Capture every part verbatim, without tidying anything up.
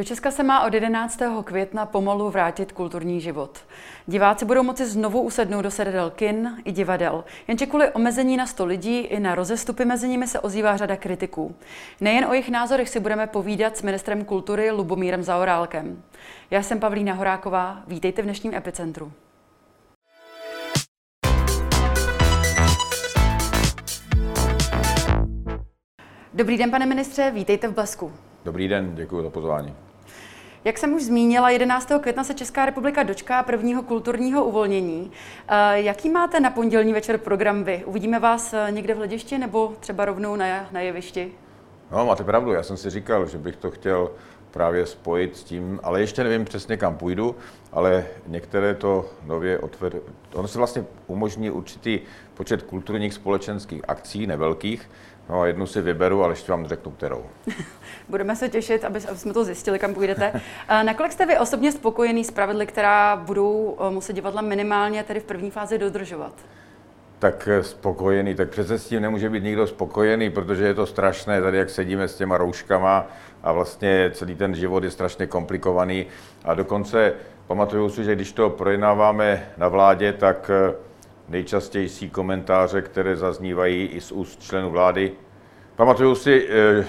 Do Česka se má od jedenáctého května pomalu vrátit kulturní život. Diváci budou moci znovu usednout do sedadel kin i divadel, jenže kvůli omezení na sto lidí i na rozestupy mezi nimi se ozývá řada kritiků. Nejen o jejich názorech si budeme povídat s ministrem kultury Lubomírem Zaorálkem. Já jsem Pavlína Horáková, vítejte v dnešním Epicentru. Dobrý den, pane ministře, vítejte v Blesku. Dobrý den, děkuji za pozvání. Jak jsem už zmínila, jedenáctého května se Česká republika dočká prvního kulturního uvolnění. Jaký máte na pondělní večer program vy? Uvidíme vás někde v hledišti nebo třeba rovnou na, na jevišti? No, máte pravdu, já jsem si říkal, že bych to chtěl právě spojit s tím, ale ještě nevím přesně, kam půjdu, ale některé to nově otver... Ono se vlastně umožní určitý počet kulturních společenských akcí, nevelkých. No a jednu si vyberu, ale ještě vám řeknu, kterou. Budeme se těšit, aby, aby jsme to zjistili, kam půjdete. Nakolik jste vy osobně spokojený s pravidly, která budou muset divadla minimálně tedy v první fázi dodržovat? Tak spokojený, tak přece s tím nemůže být nikdo spokojený, protože je to strašné, tady jak sedíme s těma rouškama a vlastně celý ten život je strašně komplikovaný. A dokonce pamatuju si, že když to projednáváme na vládě, tak nejčastější komentáře, které zaznívají i z úst členů vlády. Pamatuju si,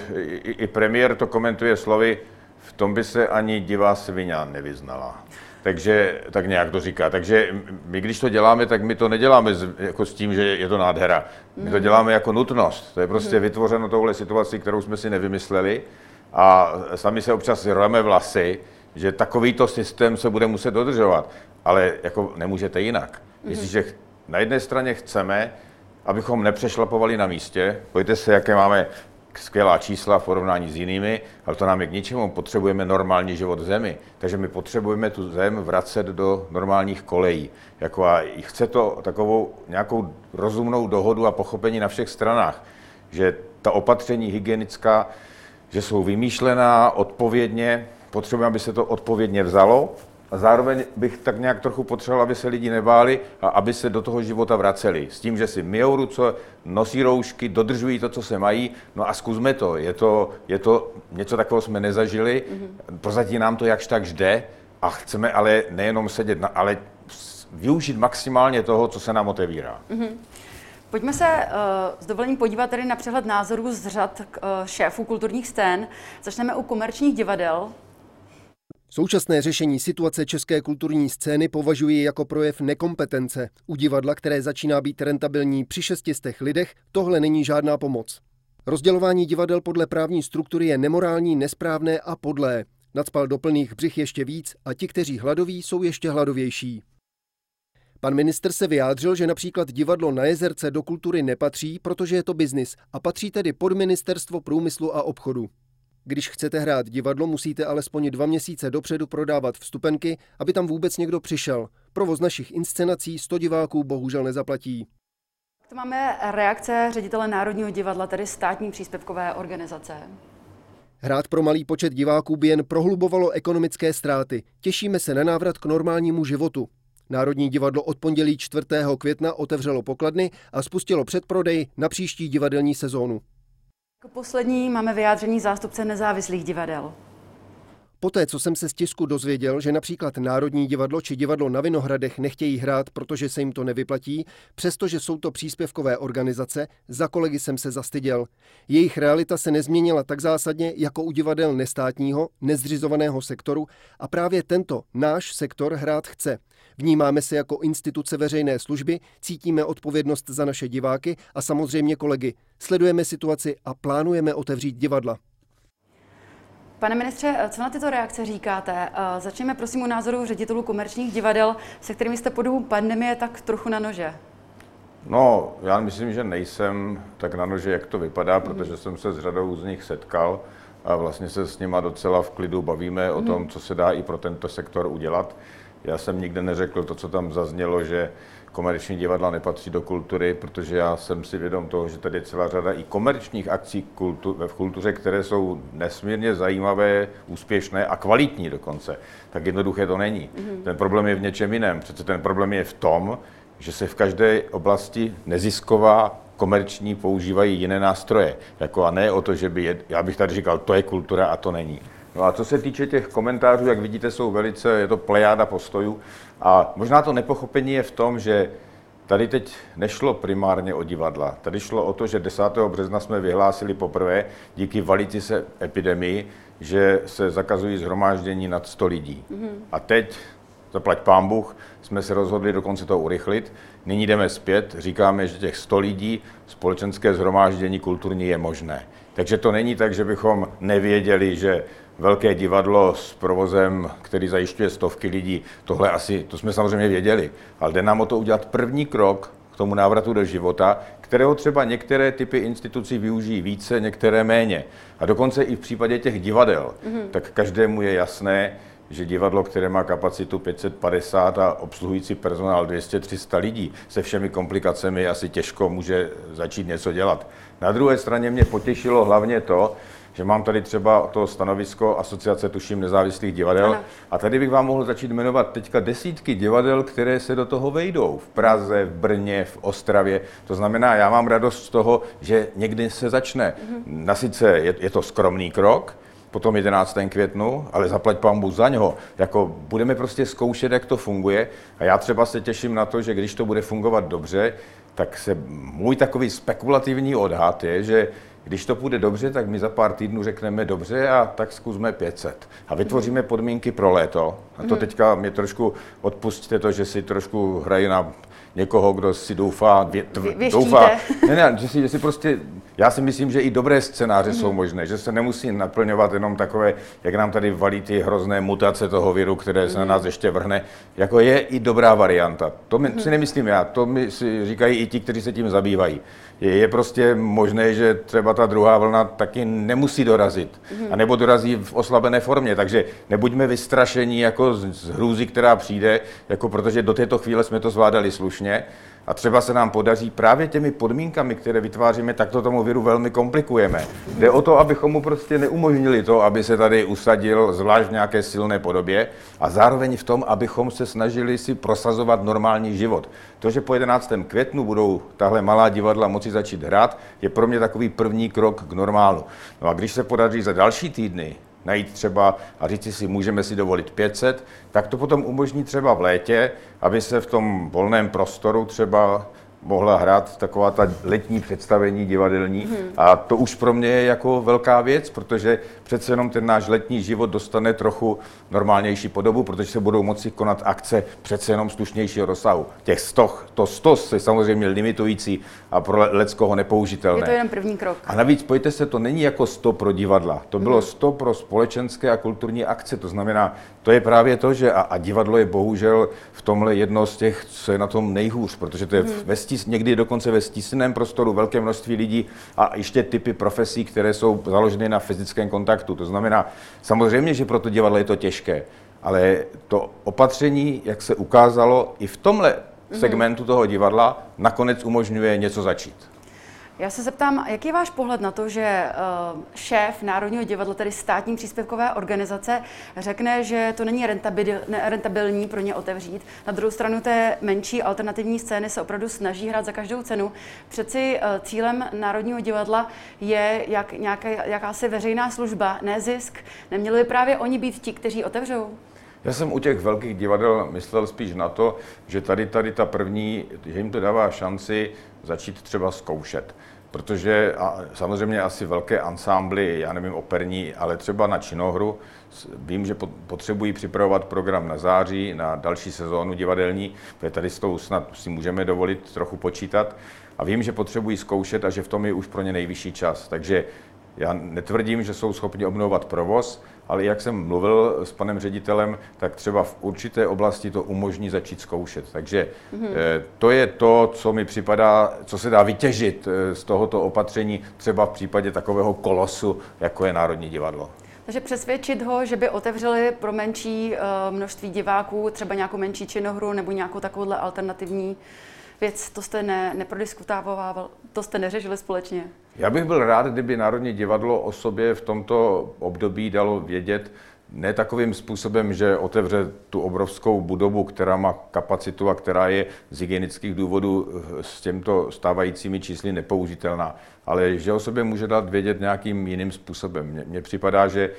i premiér to komentuje slovy, v tom by se ani divá sviňa nevyznala. Takže tak nějak to říká. Takže my, když to děláme, tak my to neděláme s, jako s tím, že je to nádhera. My to děláme jako nutnost. To je prostě vytvořeno touhle situací, kterou jsme si nevymysleli. A sami se občas rveme vlasy, že takovýto systém se bude muset dodržovat. Ale jako nemůžete jinak. Jestliže na jedné straně chceme, abychom nepřešlapovali na místě. Pojďte se, jaké máme skvělá čísla v porovnání s jinými, ale to nám je k ničemu. Potřebujeme normální život v zemi. Takže my potřebujeme tu zem vracet do normálních kolejí. Jako a chce to takovou nějakou rozumnou dohodu a pochopení na všech stranách, že ta opatření hygienická, že jsou vymýšlená odpovědně, potřebujeme, aby se to odpovědně vzalo. A zároveň bych tak nějak trochu potřeboval, aby se lidi nebáli a aby se do toho života vraceli. S tím, že si myjou ruce, nosí roušky, dodržují to, co se mají. No a zkusme to. Je to, je to něco takového jsme nezažili. Mm-hmm. Prozatím nám to jakž tak jde a chceme ale nejenom sedět, na, ale využít maximálně toho, co se nám otevírá. Mm-hmm. Pojďme se uh, s dovolením podívat tedy na přehled názorů z řad uh, šéfů kulturních scén. Začneme u komerčních divadel. Současné řešení situace české kulturní scény považuji jako projev nekompetence. U divadla, které začíná být rentabilní při šestistech lidech, tohle není žádná pomoc. Rozdělování divadel podle právní struktury je nemorální, nesprávné a podlé. Nacpal do plných břich ještě víc a ti, kteří hladoví, jsou ještě hladovější. Pan ministr se vyjádřil, že například divadlo na Jezerce do kultury nepatří, protože je to biznis a patří tedy pod Ministerstvo průmyslu a obchodu. Když chcete hrát divadlo, musíte alespoň dva měsíce dopředu prodávat vstupenky, aby tam vůbec někdo přišel. Provoz našich inscenací sto diváků bohužel nezaplatí. To máme reakce ředitele Národního divadla, tedy státní příspěvkové organizace. Hrát pro malý počet diváků by jen prohlubovalo ekonomické ztráty. Těšíme se na návrat k normálnímu životu. Národní divadlo od pondělí čtvrtého května otevřelo pokladny a spustilo předprodej na příští divadelní sezónu. Jako poslední máme vyjádření zástupce nezávislých divadel. Poté, co jsem se z tisku dozvěděl, že například Národní divadlo či divadlo na Vinohradech nechtějí hrát, protože se jim to nevyplatí, přestože jsou to příspěvkové organizace, za kolegy jsem se zastyděl. Jejich realita se nezměnila tak zásadně jako u divadel nestátního, nezřizovaného sektoru a právě tento náš sektor hrát chce. Vnímáme se jako instituce veřejné služby, cítíme odpovědnost za naše diváky a samozřejmě kolegy. Sledujeme situaci a plánujeme otevřít divadla. Pane ministře, co na tyto reakce říkáte? Začněme prosím u názoru ředitelů komerčních divadel, se kterými jste po dobu pandemie tak trochu na nože. No, já myslím, že nejsem tak na nože, jak to vypadá, protože jsem se s řadou z nich setkal a vlastně se s nima docela v klidu bavíme o tom, co se dá i pro tento sektor udělat. Já jsem nikde neřekl to, co tam zaznělo, že komerční divadla nepatří do kultury, protože já jsem si vědom toho, že tady je celá řada i komerčních akcí kultu, v kultuře, které jsou nesmírně zajímavé, úspěšné a kvalitní dokonce. Tak jednoduché to není. Mm-hmm. Ten problém je v něčem jiném. Přece ten problém je v tom, že se v každé oblasti nezisková komerční používají jiné nástroje. Jako a ne o to, že by, je, já bych tady říkal, to je kultura a to není. No a co se týče těch komentářů, jak vidíte, jsou velice, je to plejáda postojů. A možná to nepochopení je v tom, že tady teď nešlo primárně o divadla. Tady šlo o to, že desátého března jsme vyhlásili poprvé díky valící se epidemii, že se zakazují shromáždění nad sto lidí. Mm-hmm. A teď, zaplať pán Bůh, jsme se rozhodli dokonce to urychlit. Nyní jdeme zpět, říkáme, že těch sto lidí společenské shromáždění kulturní je možné. Takže to není tak, že bychom nevěděli, že velké divadlo s provozem, který zajišťuje stovky lidí, tohle asi, to jsme samozřejmě věděli, ale jde nám o to udělat první krok k tomu návratu do života, kterého třeba některé typy institucí využijí více, některé méně. A dokonce i v případě těch divadel, mm-hmm. tak každému je jasné, že divadlo, které má kapacitu pět set padesát a obsluhující personál dvě stě tři sta lidí, se všemi komplikacemi asi těžko může začít něco dělat. Na druhé straně mě potěšilo hlavně to, že mám tady třeba to stanovisko Asociace, tuším, nezávislých divadel. Ano. A tady bych vám mohl začít jmenovat teďka desítky divadel, které se do toho vejdou. V Praze, v Brně, v Ostravě. To znamená, já mám radost z toho, že někdy se začne. Mhm. Na sice je, je to skromný krok, potom jedenáctého květnu, ale zaplať pán Bůh za něho. Jako budeme prostě zkoušet, jak to funguje. A já třeba se těším na to, že když to bude fungovat dobře, tak se můj takový spekulativní odhad je, že když to půjde dobře, tak my za pár týdnů řekneme dobře a tak zkusme pět set. A vytvoříme podmínky pro léto. A to teďka mě trošku odpustíte to, že si trošku hrají na někoho, kdo si doufá, vě, tv, doufá. Ne, ne, že si, že si prostě, já si myslím, že i dobré scénáře mm. jsou možné, že se nemusí naplňovat jenom takové, jak nám tady valí ty hrozné mutace toho viru, které se mm. na nás ještě vrhne. Jako je i dobrá varianta. To mi, mm. si nemyslím já, to mi si říkají i ti, kteří se tím zabývají. Je, je prostě možné, že třeba ta druhá vlna taky nemusí dorazit. Mm. A nebo dorazí v oslabené formě, takže nebuďme vystrašení jako z, z hrůzy, která přijde, jako protože do této chvíle jsme to zvládali slušně. A třeba se nám podaří právě těmi podmínkami, které vytváříme, tak to tomu viru velmi komplikujeme. Jde o to, abychom mu prostě neumožnili to, aby se tady usadil, zvlášť v nějaké silné podobě, a zároveň v tom, abychom se snažili si prosazovat normální život. To, že po jedenáctého květnu budou tahle malá divadla moci začít hrát, je pro mě takový první krok k normálu. No a když se podaří za další týdny najít třeba a říct si, můžeme si dovolit pět set, tak to potom umožní třeba v létě, aby se v tom volném prostoru třeba mohla hrát taková ta letní představení divadelní. Hmm. A to už pro mě je jako velká věc, protože přece jenom ten náš letní život dostane trochu normálnější podobu, protože se budou moci konat akce přece jenom slušnějšího rozsahu. Těch sto, to sto je samozřejmě limitující a pro leckoho nepoužitelné. Je to jen první krok. A navíc, pojďte se, to není jako sto pro divadla. To bylo hmm. sto pro společenské a kulturní akce. To znamená, to je právě to, že a, a divadlo je bohužel v tomhle jedno z těch, co je na tom nejhůř, protože to je hmm. ve stís, někdy dokonce ve stísném prostoru velké množství lidí a ještě typy profesí, které jsou založeny na fyzickém kontaktu. To znamená, samozřejmě, že pro to divadlo je to těžké, ale to opatření, jak se ukázalo, i v tomhle mm-hmm. segmentu toho divadla nakonec umožňuje něco začít. Já se zeptám, jaký je váš pohled na to, že šéf Národního divadla, tedy státní příspěvkové organizace, řekne, že to není rentabil, rentabilní pro ně otevřít. Na druhou stranu té menší alternativní scény se opravdu snaží hrát za každou cenu. Přeci cílem Národního divadla je jak nějaká, jakási veřejná služba, ne zisk. Neměli by právě oni být ti, kteří otevřou? Já jsem u těch velkých divadel myslel spíš na to, že tady, tady ta první, že jim to dává šanci začít třeba zkoušet. Protože a samozřejmě asi velké ansámbly, já nevím, operní, ale třeba na činohru, vím, že potřebují připravovat program na září, na další sezónu divadelní, protože tady s tou snad si můžeme dovolit trochu počítat. A vím, že potřebují zkoušet a že v tom je už pro ně nejvyšší čas. Takže já netvrdím, že jsou schopni obnovovat provoz, ale jak jsem mluvil s panem ředitelem, tak třeba v určité oblasti to umožní začít zkoušet. Takže mm-hmm. to je to, co mi připadá, co se dá vytěžit z tohoto opatření, třeba v případě takového kolosu, jako je Národní divadlo. Takže přesvědčit ho, že by otevřeli pro menší množství diváků třeba nějakou menší činohru nebo nějakou takovouhle alternativní věc, to jste ne, neprodiskutávával, to jste neřešili společně? Já bych byl rád, kdyby Národní divadlo o sobě v tomto období dalo vědět ne takovým způsobem, že otevře tu obrovskou budovu, která má kapacitu a která je z hygienických důvodů s těmito stávajícími čísly nepoužitelná, ale že o sobě může dát vědět nějakým jiným způsobem. Mně připadá, že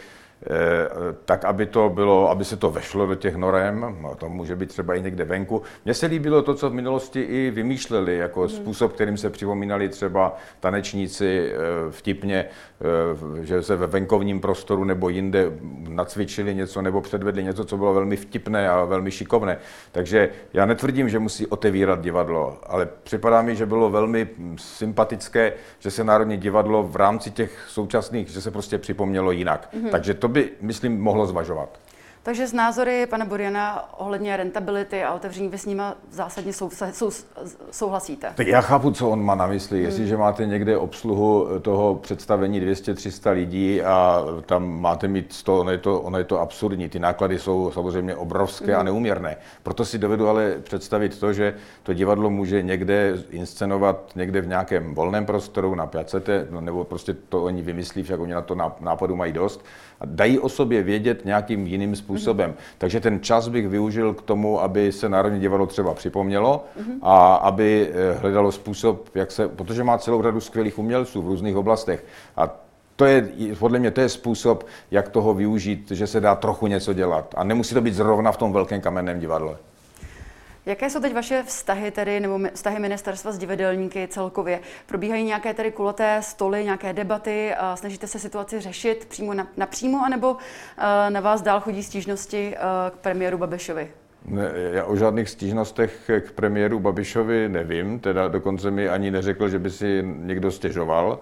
tak, aby to bylo, aby se to vešlo do těch norem, no, to může být třeba i někde venku. Mně se líbilo to, co v minulosti i vymýšleli, jako mm. způsob, kterým se připomínali třeba tanečníci vtipně, že se ve venkovním prostoru nebo jinde nacvičili něco nebo předvedli něco, co bylo velmi vtipné a velmi šikovné. Takže já netvrdím, že musí otevírat divadlo, ale připadá mi, že bylo velmi sympatické, že se Národní divadlo v rámci těch současných, že se prostě připomnělo jinak. Mm-hmm. Takže to by, myslím, mohlo zvažovat. Takže s názory pana Buriana ohledně rentability a otevření vy s nimi zásadně sou, sou, souhlasíte? Tak já chápu, co on má na mysli. Hmm. Jestliže máte někde obsluhu toho představení dvě stě tři sta lidí a tam máte mít sto, ono je to, ono je to absurdní. Ty náklady jsou samozřejmě obrovské hmm. a neúměrné. Proto si dovedu ale představit to, že to divadlo může někde inscenovat někde v nějakém volném prostoru na piacete, no, nebo prostě to oni vymyslí, však oni na to nápadu mají dost. A dají o sobě vědět nějakým jiným způsobem. Mm-hmm. Takže ten čas bych využil k tomu, aby se Národní divadlo třeba připomnělo mm-hmm. a aby hledalo způsob, jak se, protože má celou řadu skvělých umělců v různých oblastech. A to je, podle mě, to je způsob, jak toho využít, že se dá trochu něco dělat. A nemusí to být zrovna v tom velkém kamenném divadle. Jaké jsou teď vaše vztahy tedy, nebo vztahy ministerstva s divadelníky celkově? Probíhají nějaké tedy kulaté stoly, nějaké debaty, a snažíte se situaci řešit přímo na, napřímo, anebo na vás dál chodí stížnosti k premiéru Babišovi? Ne, já o žádných stížnostech k premiéru Babišovi nevím, teda dokonce mi ani neřekl, že by si někdo stěžoval.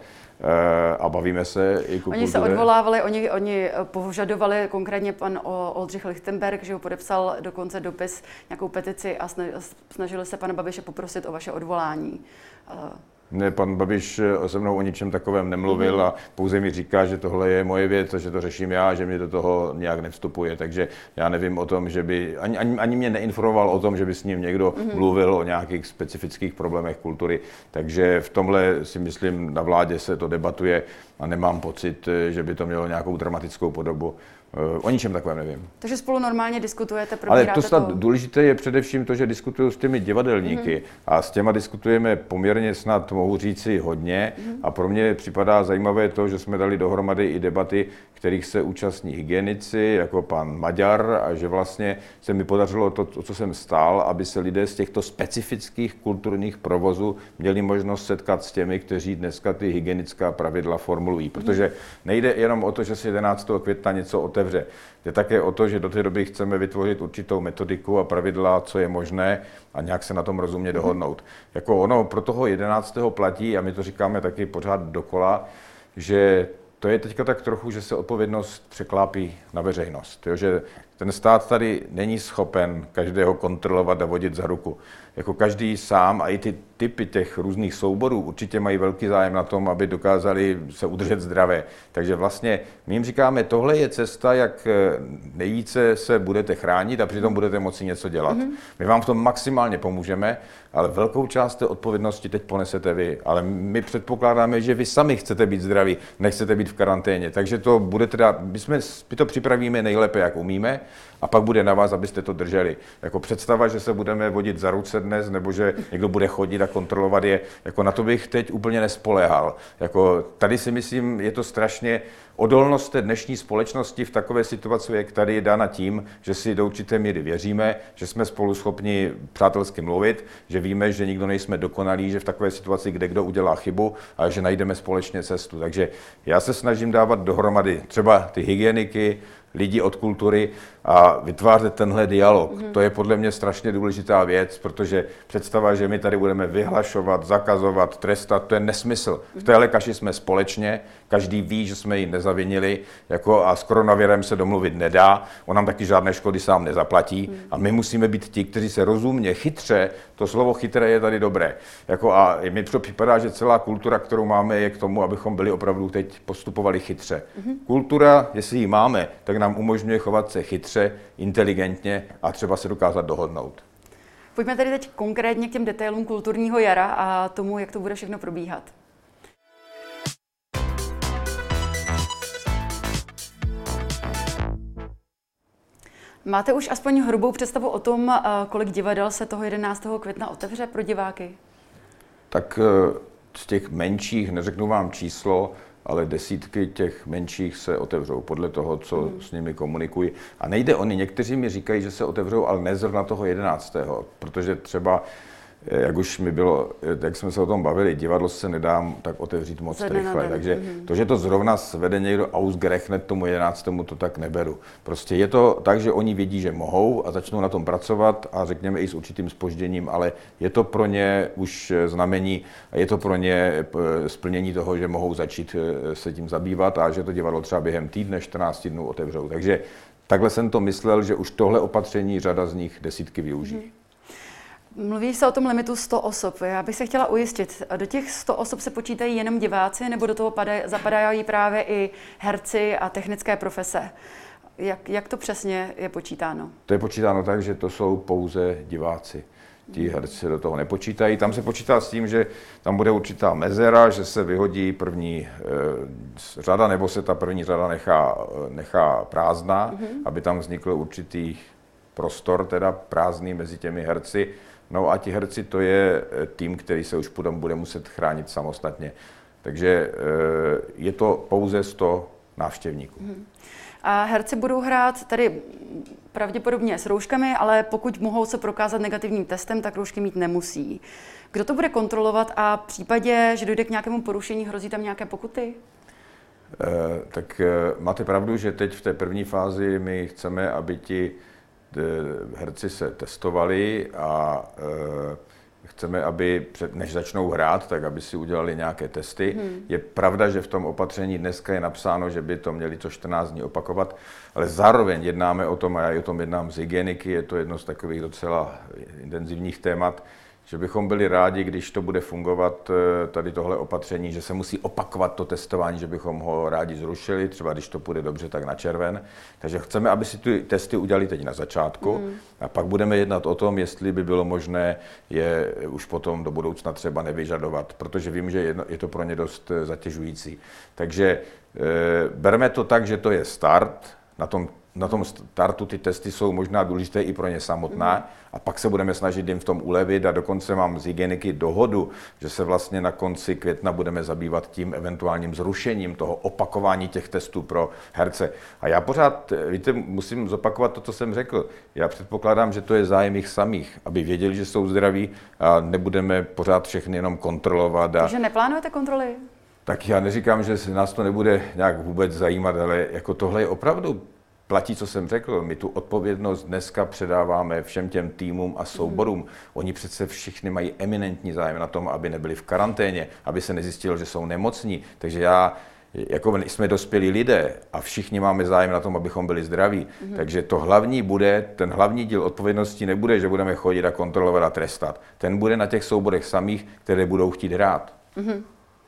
A bavíme se i ku Oni se odvolávali, oni, oni požadovali, konkrétně pan Oldřich Lichtenberg, že ho podepsal dokonce dopis, nějakou petici a snažili se pana Babiše poprosit o vaše odvolání. Ne, pan Babiš se mnou o ničem takovém nemluvil mm. a pouze mi říká, že tohle je moje věc a že to řeším já, že mi do toho nějak nevstupuje. Takže já nevím o tom, že by, ani, ani, ani mě neinformoval o tom, že by s ním někdo mm. mluvil o nějakých specifických problémech kultury. Takže v tomhle si myslím, na vládě se to debatuje a nemám pocit, že by to mělo nějakou dramatickou podobu. O ničem takovém nevím. Takže spolu normálně diskutujete, probíráte to? Ale to snad důležité je především to, že diskutuju s těmi divadelníky mm-hmm. a s těma diskutujeme poměrně snad, mohu říci, hodně mm-hmm. a pro mě připadá zajímavé to, že jsme dali dohromady i debaty, kterých se účastní hygienici, jako pan Maďar, a že vlastně se mi podařilo to, o co jsem stál, aby se lidé z těchto specifických kulturních provozů měli možnost setkat s těmi, kteří dneska ty hygienická pravidla formulují. Protože nejde jenom o to, že se jedenáctého května něco otevře. Jde také o to, že do té doby chceme vytvořit určitou metodiku a pravidla, co je možné a nějak se na tom rozumně dohodnout. Jako ono pro toho jedenáctého platí, a my to říkáme taky pořád dokola, že to je teďka tak trochu, že se odpovědnost překlápí na veřejnost. Jo? Že ten stát tady není schopen každého kontrolovat a vodit za ruku. Jako každý sám a i ty typy těch různých souborů určitě mají velký zájem na tom, aby dokázali se udržet zdravé. Takže vlastně my jim říkáme, tohle je cesta, jak nejvíce se budete chránit a přitom budete moci něco dělat. Mm-hmm. My vám v tom maximálně pomůžeme, ale velkou část té odpovědnosti teď ponesete vy. Ale my předpokládáme, že vy sami chcete být zdraví, nechcete být v karanténě. Takže to bude teda, my, jsme, my to připravíme nejlépe, jak umíme, a pak bude na vás, abyste to drželi. Jako představa, že se budeme vodit za ruce dnes, nebo že někdo bude chodit a kontrolovat je, jako na to bych teď úplně nespoléhal. Jako tady si myslím, je to strašně odolnost té dnešní společnosti v takové situaci, jak tady je dána tím, že si do určité míry věříme, že jsme spolu schopni přátelsky mluvit, že víme, že nikdo nejsme dokonalí, že v takové situaci, kde kdo udělá chybu, a že najdeme společně cestu. Takže já se snažím dávat dohromady třeba ty hygieniky, lidi od kultury a vytvářet tenhle dialog. Mm. To je podle mě strašně důležitá věc, protože představa, že my tady budeme vyhlašovat, zakazovat, trestat, to je nesmysl. V téhle kaši jsme společně, každý ví, že jsme ji nezavinili, jako a s koronavirem se domluvit nedá, on nám taky žádné škody sám nezaplatí mm. a my musíme být ti, kteří se rozumně, chytře, to slovo chytré je tady dobré. Jako a mi to připadá, že celá kultura, kterou máme, je k tomu, abychom byli opravdu teď postupovali chytře. Mm. Kultura, jestli ji máme, tak nám umožňuje chovat se chytře, inteligentně a třeba se dokázat dohodnout. Pojďme tedy teď konkrétně k těm detailům kulturního jara a tomu, jak to bude všechno probíhat. Máte už aspoň hrubou představu o tom, kolik divadel se toho jedenáctého května otevře pro diváky? Tak z těch menších, neřeknu vám číslo, ale desítky těch menších se otevřou podle toho, co hmm. s nimi komunikují. A nejde oni, někteří mi říkají, že se otevřou, ale ne zrovna toho jedenáctého protože třeba jak už mi bylo, jak jsme se o tom bavili, divadlo se nedá tak otevřít moc rychle, takže mm-hmm. to, že to zrovna svede někdo ausgerechnet tomu jedenáctému to tak neberu. Prostě je to tak, že oni vědí, že mohou a začnou na tom pracovat a řekněme i s určitým zpožděním, ale je to pro ně už znamení a je to pro ně splnění toho, že mohou začít se tím zabývat a že to divadlo třeba během týdne, čtrnáct dnů otevřou. Takže takhle jsem to myslel, že už tohle opatření řada z nich desítky využijí. Mm-hmm. Mluví se o tom limitu sto osob. Já bych se chtěla ujistit, do těch sto osob se počítají jenom diváci, nebo do toho padaj, zapadají právě i herci a technické profese? Jak, jak to přesně je počítáno? To je počítáno tak, že to jsou pouze diváci. Ti herci se do toho nepočítají. Tam se počítá s tím, že tam bude určitá mezera, že se vyhodí první e, řada, nebo se ta první řada nechá, nechá prázdná, mm-hmm. aby tam vznikl určitý prostor, teda prázdný mezi těmi herci. No a ti herci, to je tým, který se už potom bude muset chránit samostatně. Takže je to pouze sto návštěvníků. A herci budou hrát tady pravděpodobně s rouškami, ale pokud mohou se prokázat negativním testem, tak roušky mít nemusí. Kdo to bude kontrolovat a v případě, že dojde k nějakému porušení, hrozí tam nějaké pokuty? Eh, tak máte pravdu, že teď v té první fázi my chceme, aby ti herci se testovali a e, chceme, aby před, než začnou hrát, tak aby si udělali nějaké testy. Hmm. Je pravda, že v tom opatření dneska je napsáno, že by to měli co čtrnáct dní opakovat, ale zároveň jednáme o tom, a já o tom jednám z hygieniky, je to jedno z takových docela intenzivních témat, že bychom byli rádi, když to bude fungovat tady tohle opatření, že se musí opakovat to testování, že bychom ho rádi zrušili, třeba když to půjde dobře, tak na červen. Takže chceme, aby si ty testy udělali teď na začátku mm. a pak budeme jednat o tom, jestli by bylo možné je už potom do budoucna třeba nevyžadovat, protože vím, že je to pro ně dost zatěžující. Takže e, berme to tak, že to je start, na tom Na tom startu ty testy jsou možná důležité i pro ně samotná mm. a pak se budeme snažit jim v tom ulevit a dokonce mám z hygieniky dohodu, že se vlastně na konci května budeme zabývat tím eventuálním zrušením toho opakování těch testů pro herce. A já pořád, víte, musím zopakovat to, co jsem řekl. Já předpokládám, že to je zájem jich samých, aby věděli, že jsou zdraví a nebudeme pořád všechny jenom kontrolovat. A... Takže neplánujete kontroly? Tak já neříkám, že se nás to nebude nějak vůbec zajímat, ale jako tohle je opravdu platí, co jsem řekl, my tu odpovědnost dneska předáváme všem těm týmům a souborům. Mm. Oni přece všichni mají eminentní zájem na tom, aby nebyli v karanténě, aby se nezjistilo, že jsou nemocní. Takže já, jako jsme dospělí lidé a všichni máme zájem na tom, abychom byli zdraví. Mm. Takže to hlavní bude, ten hlavní díl odpovědnosti nebude, že budeme chodit a kontrolovat a trestat. Ten bude na těch souborech samých, které budou chtít hrát. Mm.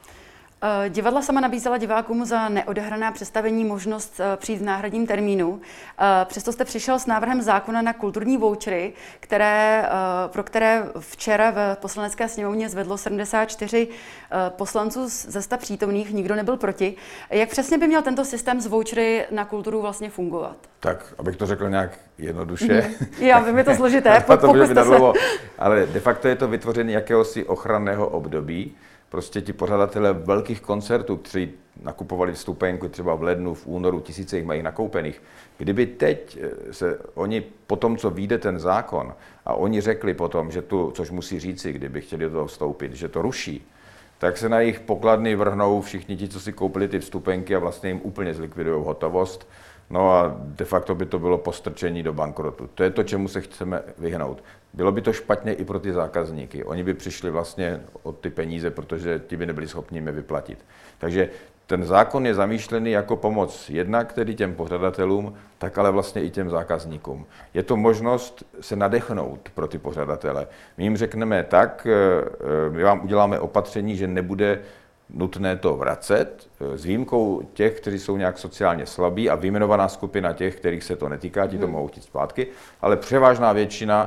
Divadla sama nabízela divákům za neodehrané představení možnost přijít v náhradním termínu. Přesto jste přišel s návrhem zákona na kulturní vouchery, které, pro které včera v Poslanecké sněmovně zvedlo sedmdesát čtyři poslanců ze sta přítomných, nikdo nebyl proti. Jak přesně by měl tento systém z vouchery na kulturu vlastně fungovat? Tak, abych to řekl nějak jednoduše. Mm-hmm. Já vím, je to složité, pokuste se. Ale de facto je to vytvoření jakéhosi ochranného období. Prostě ti pořadatelé velkých koncertů, kteří nakupovali vstupenky třeba v lednu, v únoru, tisíce jich mají nakoupených. Kdyby teď se oni, po tom, co vyjde ten zákon, a oni řekli potom, že tu, což musí říci, kdyby chtěli do toho vstoupit, že to ruší, tak se na jejich pokladny vrhnou všichni ti, co si koupili ty vstupenky a vlastně jim úplně zlikvidují hotovost. No a de facto by to bylo postrčení do bankrotu. To je to, čemu se chceme vyhnout. Bylo by to špatně i pro ty zákazníky. Oni by přišli vlastně o ty peníze, protože ti by nebyli schopni je vyplatit. Takže ten zákon je zamýšlený jako pomoc jednak tedy těm pořadatelům, tak ale vlastně i těm zákazníkům. Je to možnost se nadechnout pro ty pořadatele. My jim řekneme tak, my vám uděláme opatření, že nebude nutné to vracet, s výjimkou těch, kteří jsou nějak sociálně slabí a vyjmenovaná skupina těch, kterých se to netýká, ti to mohou chtít zpátky, ale převážná většina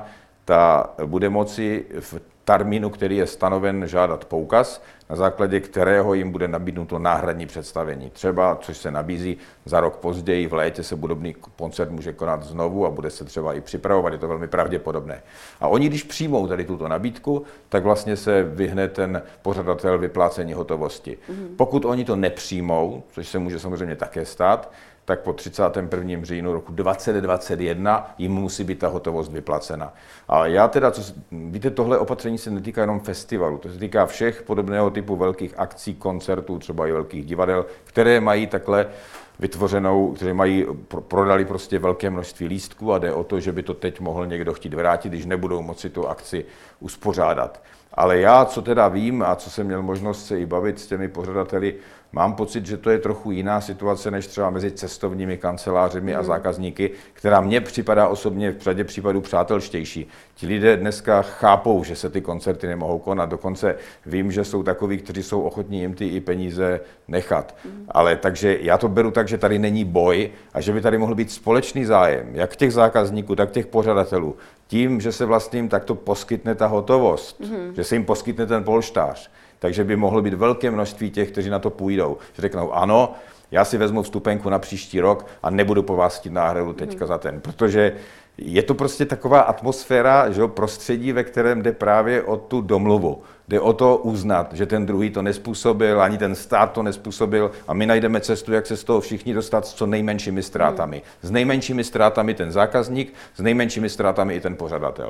ta bude moci v termínu, který je stanoven, žádat poukaz, na základě kterého jim bude nabídnuto náhradní představení. Třeba, což se nabízí za rok později, v létě se podobný koncert může konat znovu a bude se třeba i připravovat, je to velmi pravděpodobné. A oni, když přijmou tady tuto nabídku, tak vlastně se vyhne ten pořadatel vyplácení hotovosti. Mm. Pokud oni to nepřijmou, což se může samozřejmě také stát, tak po třicátém prvním říjnu roku dvacet dvacet jedna jim musí být ta hotovost vyplacena. A já teda, co, víte, tohle opatření se netýká jenom festivalu, to se týká všech podobného typu velkých akcí, koncertů, třeba i velkých divadel, které mají takhle vytvořenou, které mají, prodali prostě velké množství lístků a jde o to, že by to teď mohl někdo chtít vrátit, když nebudou moci tu akci uspořádat. Ale já, co teda vím a co jsem měl možnost se i bavit s těmi pořadateli, mám pocit, že to je trochu jiná situace než třeba mezi cestovními kancelářemi mm. a zákazníky, která mně připadá osobně v řadě případů přátelštější. Ti lidé dneska chápou, že se ty koncerty nemohou konat, dokonce vím, že jsou takoví, kteří jsou ochotní jim ty i peníze nechat. Mm. Ale takže já to beru tak, že tady není boj a že by tady mohl být společný zájem, jak těch zákazníků, tak těch pořadatelů, tím, že se vlastně jim takto poskytne ta hotovost, mm. že se jim poskytne ten polštář. Takže by mohlo být velké množství těch, kteří na to půjdou. Že řeknou, ano, já si vezmu vstupenku na příští rok a nebudu po vás chtít náhradu teďka mm. za ten. Protože je to prostě taková atmosféra, že jo, prostředí, ve kterém jde právě o tu domluvu. Jde o to uznat, že ten druhý to nespůsobil, ani ten stát to nespůsobil a my najdeme cestu, jak se z toho všichni dostat s co nejmenšími ztrátami. S nejmenšími ztrátami ten zákazník, s nejmenšími ztrátami i ten pořadatel.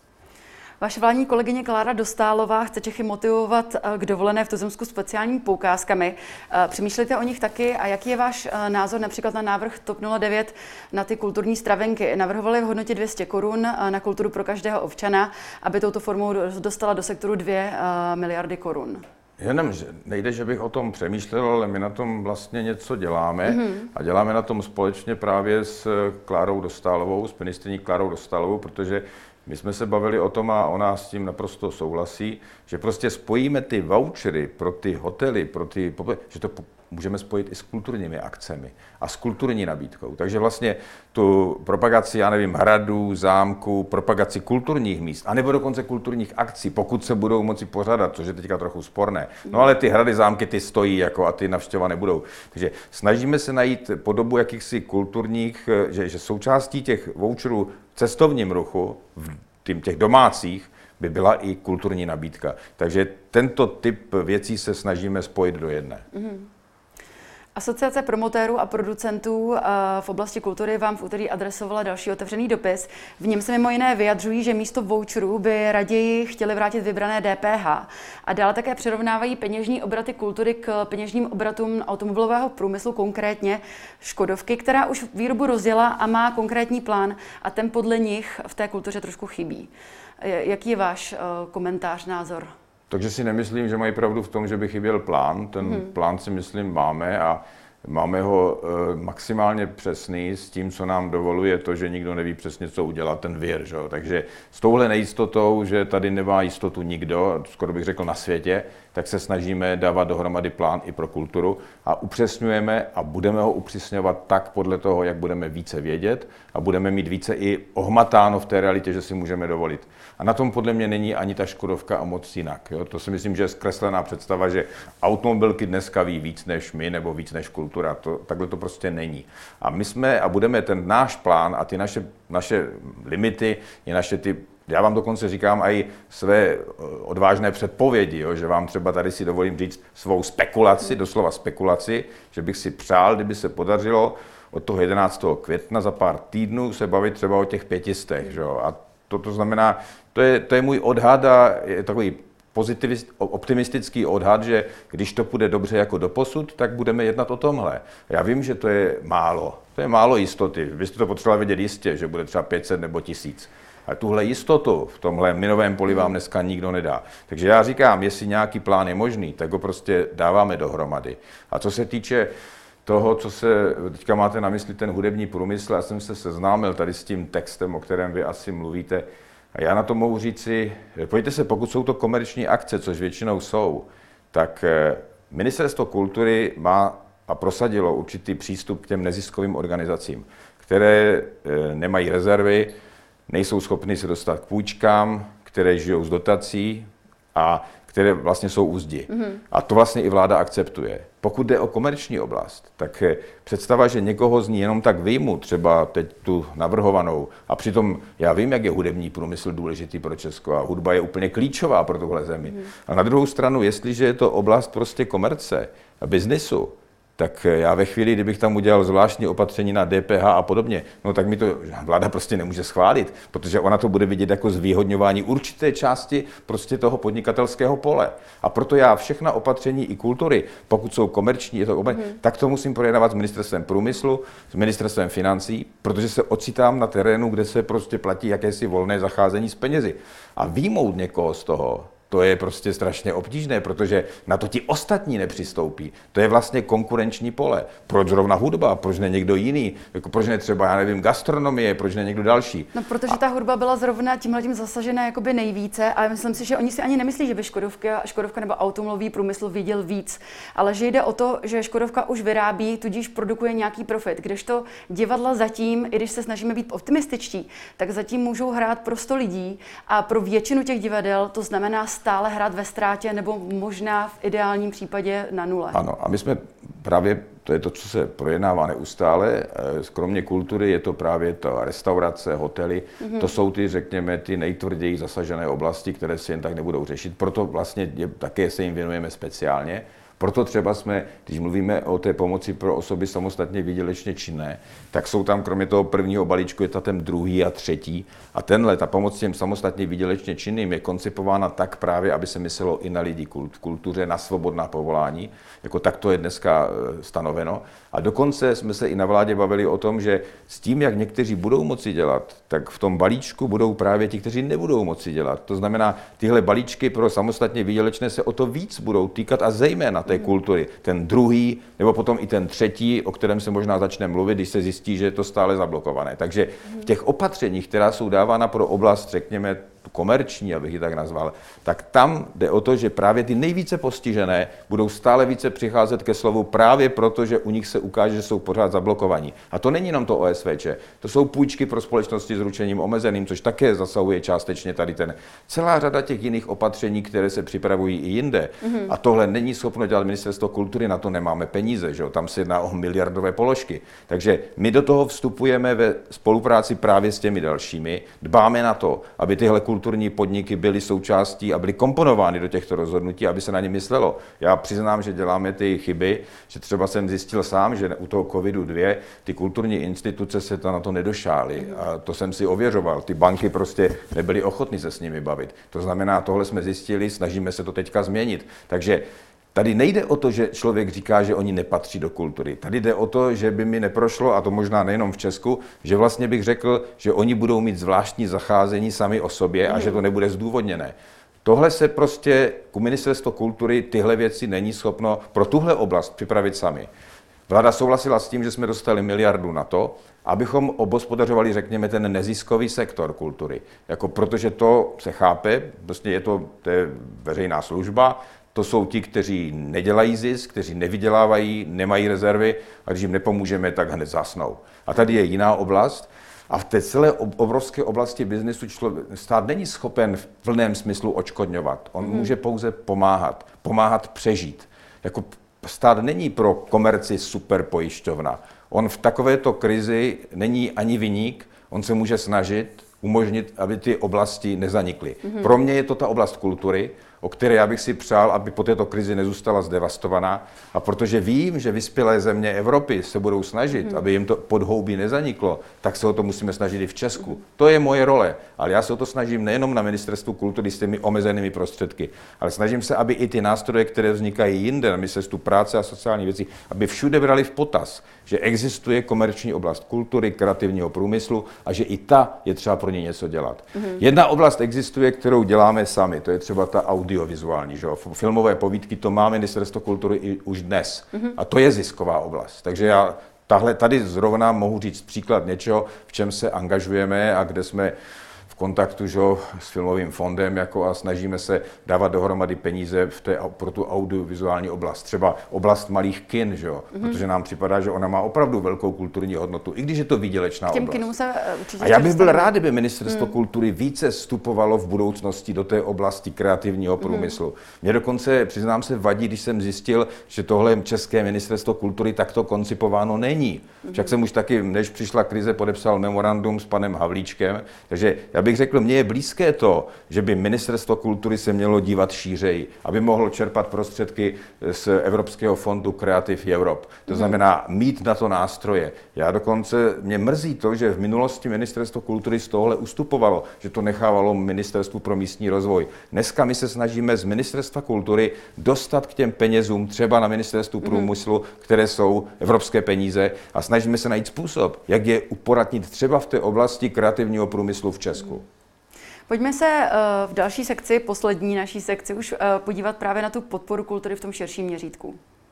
Vaše vládní kolegyně Klára Dostálová chce Čechy motivovat k dovolené v tuzemsku speciálními poukázkami. Přemýšlíte o nich taky a jaký je váš názor například na návrh TOP nula devět na ty kulturní stravenky? Navrhovali v hodnotě dvě stě korun na kulturu pro každého občana, aby touto formou dostala do sektoru dvě miliardy korun. Jenom nejde, že bych o tom přemýšlel, ale my na tom vlastně něco děláme mm-hmm. a děláme na tom společně právě s Klárou Dostálovou, s ministryní Klárou Dostálovou, protože my jsme se bavili o tom a ona s tím naprosto souhlasí, že prostě spojíme ty vouchery pro ty hotely, pro ty, že to můžeme spojit i s kulturními akcemi a s kulturní nabídkou. Takže vlastně tu propagaci, já nevím, hradů, zámků, propagaci kulturních míst, anebo dokonce kulturních akcí, pokud se budou moci pořádat, což je teďka trochu sporné. No ale ty hrady, zámky, ty stojí jako a ty navštěvované nebudou. Takže snažíme se najít podobu jakýchsi kulturních, že, že součástí těch voucherů v cestovním ruchu, v tým těch domácích, by byla i kulturní nabídka. Takže tento typ věcí se snažíme spojit do jedné. Mm-hmm. Asociace promotérů a producentů v oblasti kultury vám v úterý adresovala další otevřený dopis. V něm se mimo jiné vyjadřují, že místo voucherů by raději chtěli vrátit vybrané D P H. A dále také přirovnávají peněžní obraty kultury k peněžním obratům automobilového průmyslu, konkrétně Škodovky, která už výrobu rozjela a má konkrétní plán a ten podle nich v té kultuře trošku chybí. Jaký je váš komentář, názor? Takže si nemyslím, že mají pravdu v tom, že by chyběl plán. Ten hmm. plán si myslím máme a máme ho e, maximálně přesný s tím, co nám dovoluje to, že nikdo neví přesně, co udělat ten vir. Že? Takže s touhle nejistotou, že tady nemá jistotu nikdo, skoro bych řekl na světě, tak se snažíme dávat dohromady plán i pro kulturu a upřesňujeme a budeme ho upřesňovat tak podle toho, jak budeme více vědět a budeme mít více i ohmatáno v té realitě, že si můžeme dovolit. A na tom podle mě není ani ta Škodovka a moc jinak. Jo? To si myslím, že je zkreslená představa, že automobilky dneska ví víc než my nebo víc než kultura. To, takhle to prostě není. A my jsme a budeme ten náš plán a ty naše, naše limity, i naše ty, já vám dokonce říkám i své odvážné předpovědi, jo, že vám třeba tady si dovolím říct svou spekulaci, doslova spekulaci, že bych si přál, kdyby se podařilo od toho jedenáctého května za pár týdnů se bavit třeba o těch pětistech. Že jo. A to, to znamená, to je, to je můj odhad a je takový pozitivist, optimistický odhad, že když to půjde dobře jako doposud, tak budeme jednat o tomhle. Já vím, že to je málo. To je málo jistoty. Vy jste to potřebovali vědět jistě, že bude třeba pět set nebo tisíc. A tuhle jistotu v tomhle minovém poli vám dneska nikdo nedá. Takže já říkám, jestli nějaký plán je možný, tak ho prostě dáváme dohromady. A co se týče toho, co se teďka máte na mysli, ten hudební průmysl, já jsem se seznámil tady s tím textem, o kterém vy asi mluvíte. A já na to mohu říci, pojďte se, pokud jsou to komerční akce, což většinou jsou, tak Ministerstvo kultury má a prosadilo určitý přístup k těm neziskovým organizacím, které nemají rezervy, nejsou schopny se dostat k půjčkám, které žijou z dotací a které vlastně jsou u zdi. Mm-hmm. A to vlastně i vláda akceptuje. Pokud jde o komerční oblast, tak představa, že někoho z ní jenom tak vyjmu, třeba teď tu navrhovanou, a přitom já vím, jak je hudební průmysl důležitý pro Česko a hudba je úplně klíčová pro tuhle zemi. Mm-hmm. A na druhou stranu, jestliže je to oblast prostě komerce a biznisu, tak já ve chvíli, kdybych tam udělal zvláštní opatření na D P H a podobně, no tak mi to vláda prostě nemůže schválit, protože ona to bude vidět jako zvýhodňování určité části prostě toho podnikatelského pole. A proto já všechna opatření i kultury, pokud jsou komerční, je to oba, hmm. tak to musím projednávat s ministerstvem průmyslu, s ministerstvem financí, protože se ocitám na terénu, kde se prostě platí jakési volné zacházení s penězi. A výjmout někoho z toho, to je prostě strašně obtížné, protože na to ti ostatní nepřistoupí. To je vlastně konkurenční pole. Proč zrovna hudba? Proč ne někdo jiný? Jako proč ne třeba, já nevím, gastronomie? Proč ne někdo další? No, protože a... ta hudba byla zrovna tímhletím zasažena jakoby nejvíce, ale myslím si, že oni si ani nemyslí, že by Škodovka, Škodovka nebo automobilový průmysl viděl víc, ale že jde o to, že Škodovka už vyrábí, tudíž produkuje nějaký profit. Kdežto divadla zatím, i když se snažíme být optimističtí, tak zatím můžou hrát pro sto lidí a pro většinu těch divadel to znamená stále hrát ve ztrátě nebo možná v ideálním případě na nule. Ano, a my jsme právě, to je to, co se projednává neustále, kromě kultury je to právě ta restaurace, hotely, mm-hmm. to jsou ty, řekněme, ty nejtvrději zasažené oblasti, které se jen tak nebudou řešit, proto vlastně je, také se jim věnujeme speciálně. Proto třeba jsme, když mluvíme o té pomoci pro osoby samostatně výdělečně činné, tak jsou tam kromě toho prvního balíčku je ten druhý a třetí. A tenhle, ta pomoc těm samostatně výdělečně činným je koncipována tak právě, aby se myslelo i na lidi kult, kultuře, na svobodná povolání. Jako tak to je dneska stanoveno. A dokonce jsme se i na vládě bavili o tom, že s tím, jak někteří budou moci dělat, tak v tom balíčku budou právě ti, kteří nebudou moci dělat. To znamená, tyhle balíčky pro samostatně výdělečné se o to víc budou týkat a zejména té kultury. Ten druhý, nebo potom i ten třetí, o kterém se možná začne mluvit, když se zjistí, že je to stále zablokované. Takže v těch opatřeních, která jsou dávána pro oblast, řekněme, komerční, abych ji tak nazval, tak tam jde o to, že právě ty nejvíce postižené budou stále více přicházet ke slovu právě proto, že u nich se ukáže, že jsou pořád zablokovaní. A to není jenom to O S V Č, to jsou půjčky pro společnosti s ručením omezeným, což také zasahuje částečně tady ten celá řada těch jiných opatření, které se připravují i jinde. Mm-hmm. A tohle není schopno dělat Ministerstvo kultury, na to nemáme peníze, že jo? Tam se jedná o miliardové položky. Takže my do toho vstupujeme ve spolupráci právě s těmi dalšími, dbáme na to, aby tyhle kulturní podniky byly součástí a byly komponovány do těchto rozhodnutí, aby se na ně myslelo. Já přiznám, že děláme ty chyby, že třeba jsem zjistil sám, že u toho covidu dva ty kulturní instituce se to na to nedošály. A to jsem si ověřoval. Ty banky prostě nebyly ochotny se s nimi bavit. To znamená, tohle jsme zjistili, snažíme se to teďka změnit. Takže tady nejde o to, že člověk říká, že oni nepatří do kultury. Tady jde o to, že by mi neprošlo, a to možná nejenom v Česku, že vlastně bych řekl, že oni budou mít zvláštní zacházení sami o sobě a že to nebude zdůvodněné. Tohle se prostě ku Ministerstvo kultury tyhle věci není schopno pro tuhle oblast připravit sami. Vláda souhlasila s tím, že jsme dostali miliardu na to, abychom obhospodařovali, řekněme, ten neziskový sektor kultury. Jako protože to se chápe, prostě je to, to je veřejná služba, to jsou ti, kteří nedělají zisk, kteří nevydělávají, nemají rezervy a když jim nepomůžeme, tak hned zasnou. A tady je jiná oblast a v té celé obrovské oblasti biznesu člověk, stát není schopen v plném smyslu odškodňovat. On mm. může pouze pomáhat, pomáhat přežít. Jako stát není pro komerci super pojišťovna. On v takovéto krizi není ani viník, on se může snažit umožnit, aby ty oblasti nezanikly. Mm-hmm. Pro mě je to ta oblast kultury, o které já bych si přál, aby po této krizi nezůstala zdevastovaná. A protože vím, že vyspělé země Evropy se budou snažit, mm. aby jim to podhoubí nezaniklo, tak se o to musíme snažit i v Česku. Mm. To je moje role, ale já se o to snažím nejenom na Ministerstvu kultury s těmi omezenými prostředky, ale snažím se, aby i ty nástroje, které vznikají jinde, na Ministerstvu práce a sociální věcí, aby všude brali v potaz, že existuje komerční oblast kultury, kreativního průmyslu a že i ta je třeba pro ně něco dělat. Mm. Jedna oblast existuje, kterou děláme sami, to je třeba ta audiovizuální, že? Filmové povídky, to má Ministerstvo kultury i už dnes. Mm-hmm. A to je zisková oblast. Takže já tahle, tady zrovna mohu říct příklad něčeho, v čem se angažujeme a kde jsme v kontaktu, že, s filmovým fondem jako a snažíme se dávat dohromady peníze v té, pro tu audiovizuální oblast. Třeba oblast malých kin, že, mm-hmm. protože nám připadá, že ona má opravdu velkou kulturní hodnotu, i když je to výdělečná těm oblast. kinům se určitě a já bych byl dostane. rád, kdyby Ministerstvo mm. kultury více vstupovalo v budoucnosti do té oblasti kreativního průmyslu. Mm. Mě dokonce, přiznám se, vadí, když jsem zjistil, že tohle České ministerstvo kultury takto koncipováno není. Mm. Však jsem už taky, než přišla krize, podepsal memorandum s panem Havlíčkem, takže já bych řekl, mně je blízké to, že by Ministerstvo kultury se mělo dívat šířeji, aby mohlo čerpat prostředky z Evropského fondu Creative Europe. To znamená mít na to nástroje. Já dokonce, mě mrzí to, že v minulosti Ministerstvo kultury z tohohle ustupovalo, že to nechávalo Ministerstvu pro místní rozvoj. Dneska my se snažíme z Ministerstva kultury dostat k těm penězům, třeba na Ministerstvu průmyslu, které jsou evropské peníze, a snažíme se najít způsob, jak je uporadnit třeba v té oblasti kreativního průmyslu v Česku. Pojďme se v další sekci, poslední naší sekci, už podívat právě na tu podporu kultury v tom širším měřítku.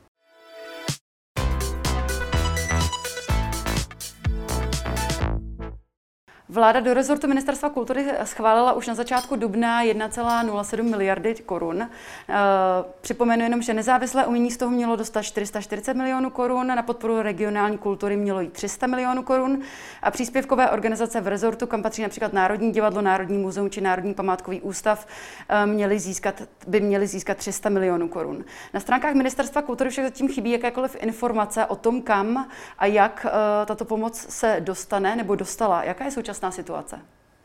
Vláda do rezortu Ministerstva kultury schválila už na začátku dubna jedna celá nula sedm miliardy korun. Připomenu jenom, že nezávislé umění z toho mělo dostat čtyři sta čtyřicet milionů korun, na podporu regionální kultury mělo jít tři sta milionů korun a příspěvkové organizace v rezortu, kam patří například Národní divadlo, Národní muzeum či Národní památkový ústav, měly získat, by měly získat tři sta milionů korun. Na stránkách Ministerstva kultury však zatím chybí jakékoliv informace o tom, kam a jak tato pomoc se dostane nebo dostala. Jaká je současná situace?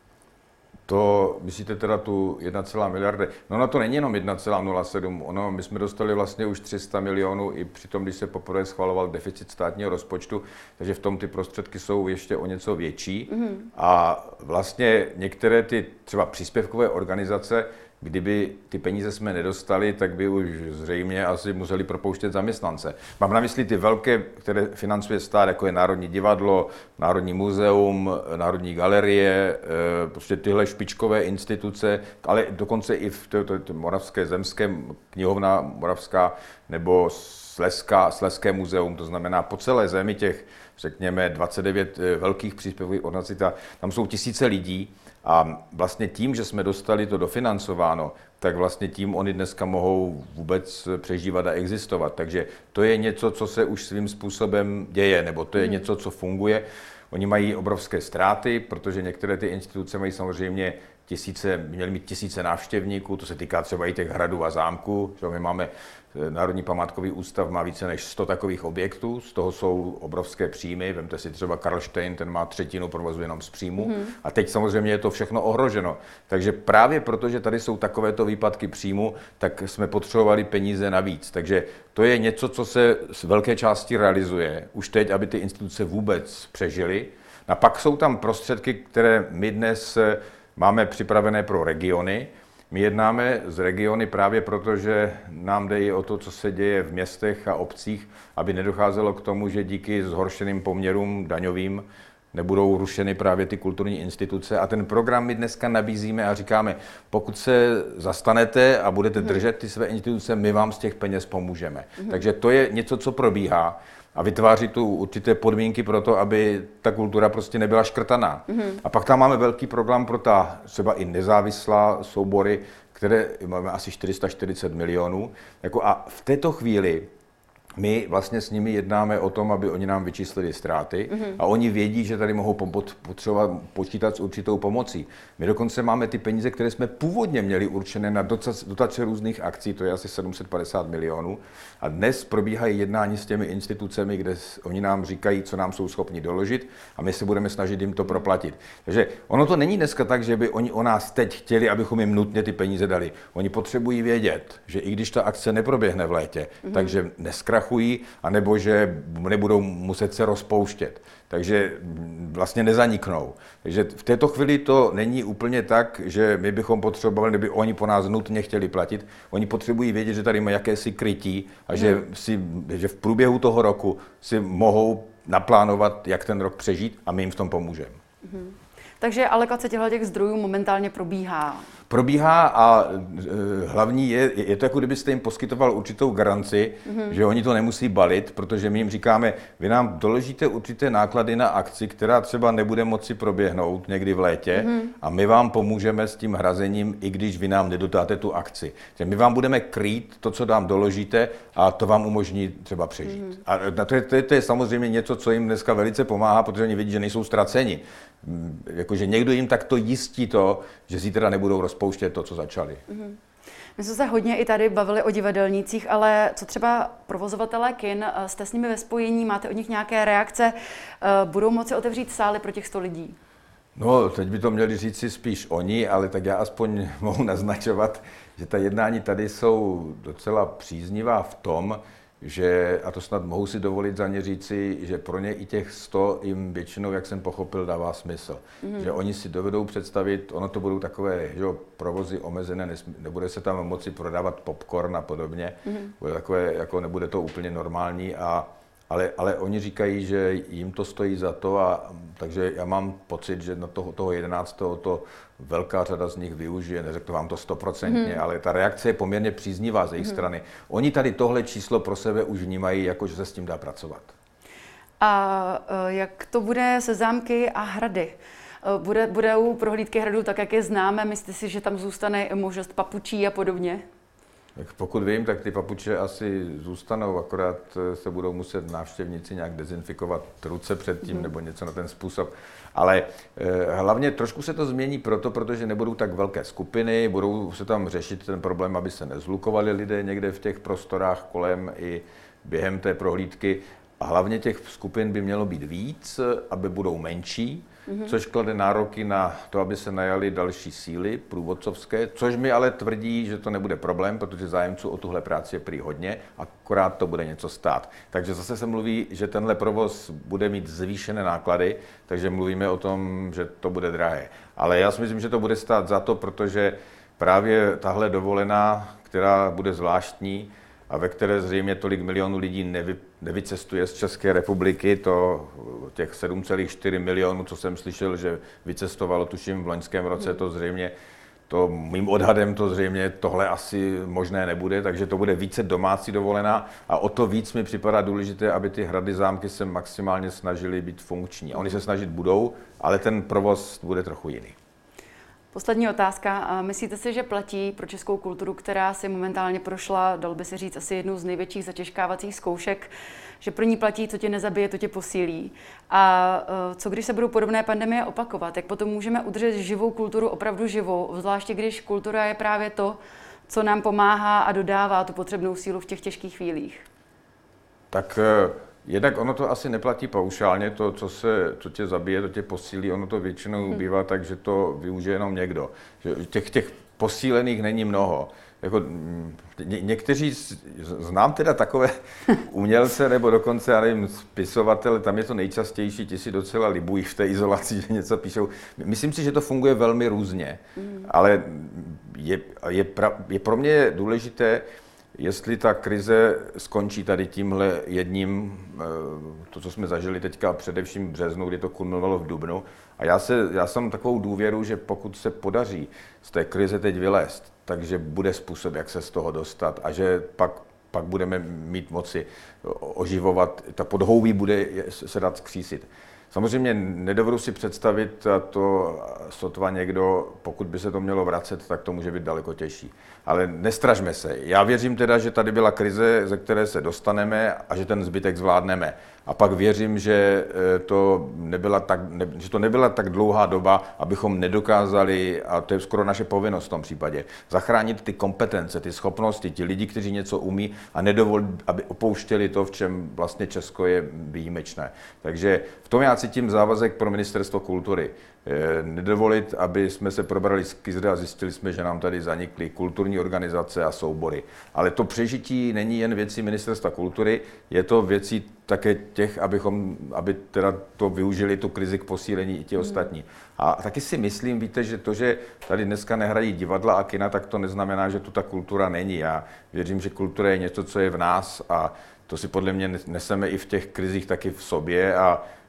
To, myslíte teda tu jedna celá miliardy? No na to není jenom jedna celá nula sedm, ono, my jsme dostali vlastně už tři sta milionů i přitom, když se poprvé schvaloval deficit státního rozpočtu, takže v tom ty prostředky jsou ještě o něco větší. Mm-hmm. A vlastně některé ty třeba příspěvkové organizace, kdyby ty peníze jsme nedostali, tak by už zřejmě asi museli propouštět zaměstnance. Mám na mysli ty velké, které financuje stát, jako je Národní divadlo, Národní muzeum, Národní galerie, prostě tyhle špičkové instituce, ale dokonce i v té, té, té Moravské zemské knihovna Moravská nebo Slezská, Slezské muzeum, to znamená po celé zemi těch, řekněme, dvacet devět velkých příspěvkových organizací, tam jsou tisíce lidí. A vlastně tím, že jsme dostali to dofinancováno, tak vlastně tím oni dneska mohou vůbec přežívat a existovat. Takže to je něco, co se už svým způsobem děje, nebo to je hmm. něco, co funguje. Oni mají obrovské ztráty, protože některé ty instituce mají samozřejmě tisíce, měly mít tisíce návštěvníků, to se týká třeba i těch hradů a zámků, že my máme Národní památkový ústav má více než sto takových objektů, z toho jsou obrovské příjmy, vemte si třeba Karlštejn, ten má třetinu provozu jenom z příjmu mm. a teď samozřejmě je to všechno ohroženo. Takže právě protože tady jsou takovéto výpadky příjmu, tak jsme potřebovali peníze navíc. Takže to je něco, co se z velké části realizuje už teď, aby ty instituce vůbec přežily. A pak jsou tam prostředky, které my dnes máme připravené pro regiony. My jednáme s regiony právě proto, že nám jde i o to, co se děje v městech a obcích, aby nedocházelo k tomu, že díky zhoršeným poměrům daňovým nebudou rušeny právě ty kulturní instituce. A ten program my dneska nabízíme a říkáme, pokud se zastanete a budete držet ty své instituce, my vám z těch peněz pomůžeme. Mm. Takže to je něco, co probíhá a vytváří tu určité podmínky pro to, aby ta kultura prostě nebyla škrtaná. Mm. A pak tam máme velký program pro ta třeba i nezávislá soubory, které máme asi čtyři sta čtyřicet milionů. Jako a v této chvíli my vlastně s nimi jednáme o tom, aby oni nám vyčíslili ztráty mm-hmm. a oni vědí, že tady mohou potřebovat počítat s určitou pomocí. My dokonce máme ty peníze, které jsme původně měli určené na dotace různých akcí, to je asi sedm set padesát milionů. A dnes probíhají jednání s těmi institucemi, kde oni nám říkají, co nám jsou schopni doložit a my se budeme snažit jim to proplatit. Takže ono to není dneska tak, že by oni o nás teď chtěli, abychom jim nutně ty peníze dali. Oni potřebují vědět, že i když ta akce neproběhne v létě, mm-hmm. takže neskrachují, anebo že nebudou muset se rozpouštět. Takže vlastně nezaniknou. Takže v této chvíli to není úplně tak, že my bychom potřebovali, kdyby oni po nás nutně chtěli platit. Oni potřebují vědět, že tady mají jakési krytí a že, si, že v průběhu toho roku si mohou naplánovat, jak ten rok přežít a my jim v tom pomůžeme. Mhm. Takže alokace těchto těch zdrojů momentálně probíhá. probíhá a hlavní je, je to jako kdybyste jim poskytoval určitou garanci, mm-hmm. že oni to nemusí balit, protože my jim říkáme, vy nám doložíte určité náklady na akci, která třeba nebude moci proběhnout někdy v létě mm-hmm. a my vám pomůžeme s tím hrazením, i když vy nám nedodáte tu akci. Takže my vám budeme krýt to, co nám doložíte a to vám umožní třeba přežít. Mm-hmm. A to je, to, je, to je samozřejmě něco, co jim dneska velice pomáhá, protože oni vidí, že nejsou ztraceni. Jakože někdo jim takto jistí to, že zítra nebudou rozpouštět to, co začali. Mm-hmm. My jsme se hodně i tady bavili o divadelnících, ale co třeba provozovatelé kin, jste s nimi ve spojení, máte od nich nějaké reakce, budou moci otevřít sály pro těch sto lidí? No, teď by to měli říct si spíš oni, ale tak já aspoň mohu naznačovat, že ta jednání tady jsou docela příznivá v tom, že, a to snad mohu si dovolit za ně říci, že pro ně i těch sto jim většinou, jak jsem pochopil, dává smysl. Mm-hmm. Že oni si dovedou představit, ono to budou takové, že provozy omezené, nesmí, nebude se tam moci prodávat popcorn a podobně, mm-hmm. bude takové, jako nebude to úplně normální, a, ale, ale oni říkají, že jim to stojí za to, a takže já mám pocit, že na toho, toho jedenáctého to velká řada z nich využije, neřeknu vám to stoprocentně, hmm. ale ta reakce je poměrně příznivá z jejich hmm. strany. Oni tady tohle číslo pro sebe už vnímají, jako že se s tím dá pracovat. A jak to bude se zámky a hrady? Bude, budou prohlídky hradů tak, jak je známe? Myslíte si, že tam zůstane možnost papučí a podobně? Tak pokud vím, tak ty papuče asi zůstanou, akorát se budou muset návštěvníci nějak dezinfikovat ruce předtím hmm. nebo něco na ten způsob. Ale eh, hlavně trošku se to změní proto, protože nebudou tak velké skupiny, budou se tam řešit ten problém, aby se nezhlukovali lidé někde v těch prostorách kolem i během té prohlídky. A hlavně těch skupin by mělo být víc, aby budou menší, mm-hmm. což klade nároky na to, aby se najali další síly průvodcovské, což mi ale tvrdí, že to nebude problém, protože zájemců o tuhle práci je prý hodně, akorát to bude něco stát. Takže zase se mluví, že tenhle provoz bude mít zvýšené náklady, takže mluvíme o tom, že to bude drahé. Ale já si myslím, že to bude stát za to, protože právě tahle dovolená, která bude zvláštní, a ve které zřejmě tolik milionů lidí nevy, nevycestuje z České republiky, to těch sedm celá čtyři milionů, co jsem slyšel, že vycestovalo, tuším, v loňském roce, to zřejmě, to mým odhadem to zřejmě tohle asi možné nebude, takže to bude více domácí dovolená a o to víc mi připadá důležité, aby ty hrady, zámky se maximálně snažily být funkční. A oni se snažit budou, ale ten provoz bude trochu jiný. Poslední otázka. Myslíte si, že platí pro českou kulturu, která si momentálně prošla, dal by se říct, asi jednou z největších zatěžkávacích zkoušek, že pro ní platí, co tě nezabije, to tě posílí? A co když se budou podobné pandemie opakovat? Jak potom můžeme udržet živou kulturu opravdu živou, zvláště když kultura je právě to, co nám pomáhá a dodává tu potřebnou sílu v těch těžkých chvílích? Tak jednak ono to asi neplatí paušálně, to, co, se, co tě zabije, to tě posílí, ono to většinou hmm. bývá tak, že to využije jenom někdo. Že těch, těch posílených není mnoho. Jako, ně, někteří, znám teda takové umělce, nebo dokonce, já nevím, spisovatele, tam je to nejčastější, ti si docela libují v té izolaci, že něco píšou. Myslím si, že to funguje velmi různě, hmm. ale je, je, pra, je pro mě důležité, jestli ta krize skončí tady tímhle jedním, to, co jsme zažili teďka především v březnu, kdy to kulminovalo v dubnu. A já, se, já jsem takovou důvěru, že pokud se podaří z té krize teď vylézt, takže bude způsob, jak se z toho dostat a že pak, pak budeme mít moci oživovat, ta podhoubí bude se dát zkřísit. Samozřejmě nedovedu si představit, a to sotva někdo, pokud by se to mělo vracet, tak to může být daleko těžší. Ale nestražme se. Já věřím teda, že tady byla krize, ze které se dostaneme a že ten zbytek zvládneme. A pak věřím, že to nebyla tak, ne, že to nebyla tak dlouhá doba, abychom nedokázali, a to je skoro naše povinnost v tom případě, zachránit ty kompetence, ty schopnosti, ti lidi, kteří něco umí a nedovolit, aby opouštěli to, v čem vlastně Česko je výjimečné. Takže v tom já cítím závazek pro Ministerstvo kultury. Nedovolit, aby jsme se probrali z krize a zjistili jsme, že nám tady zanikly kulturní organizace a soubory. Ale to přežití není jen věcí Ministerstva kultury, je to věcí také těch, abychom, aby teda to využili tu krizi k posílení i ti ostatní. A taky si myslím, víte, že to, že tady dneska nehrají divadla a kina, tak to neznamená, že tu ta kultura není. Já věřím, že kultura je něco, co je v nás a to si podle mě neseme i v těch krizích taky v sobě a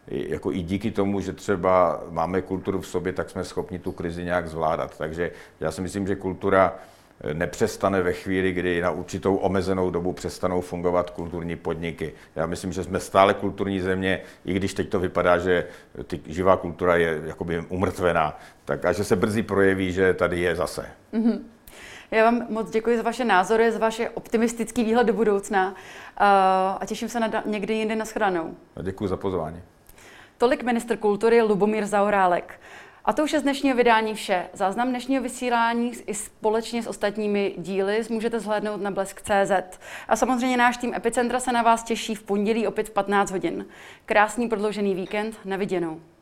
jako i díky tomu, že třeba máme kulturu v sobě, tak jsme schopni tu krizi nějak zvládat. Takže já si myslím, že kultura nepřestane ve chvíli, kdy na určitou omezenou dobu přestanou fungovat kulturní podniky. Já myslím, že jsme stále kulturní země, i když teď to vypadá, že ty, živá kultura je jakoby umrtvená, tak a že se brzy projeví, že tady je zase. Mm-hmm. Já vám moc děkuji za vaše názory, za vaše optimistický výhled do budoucna a těším se na da- někdy jindy na shledanou. Děkuji za pozvání. Tolik ministr kultury Lubomír Zaorálek. A to už je z dnešního vydání vše. Záznam dnešního vysílání i společně s ostatními díly můžete zhlédnout na blesk tečka cé zet. A samozřejmě náš tým Epicentra se na vás těší v pondělí opět v patnáct hodin. Krásný prodloužený víkend, na viděnou.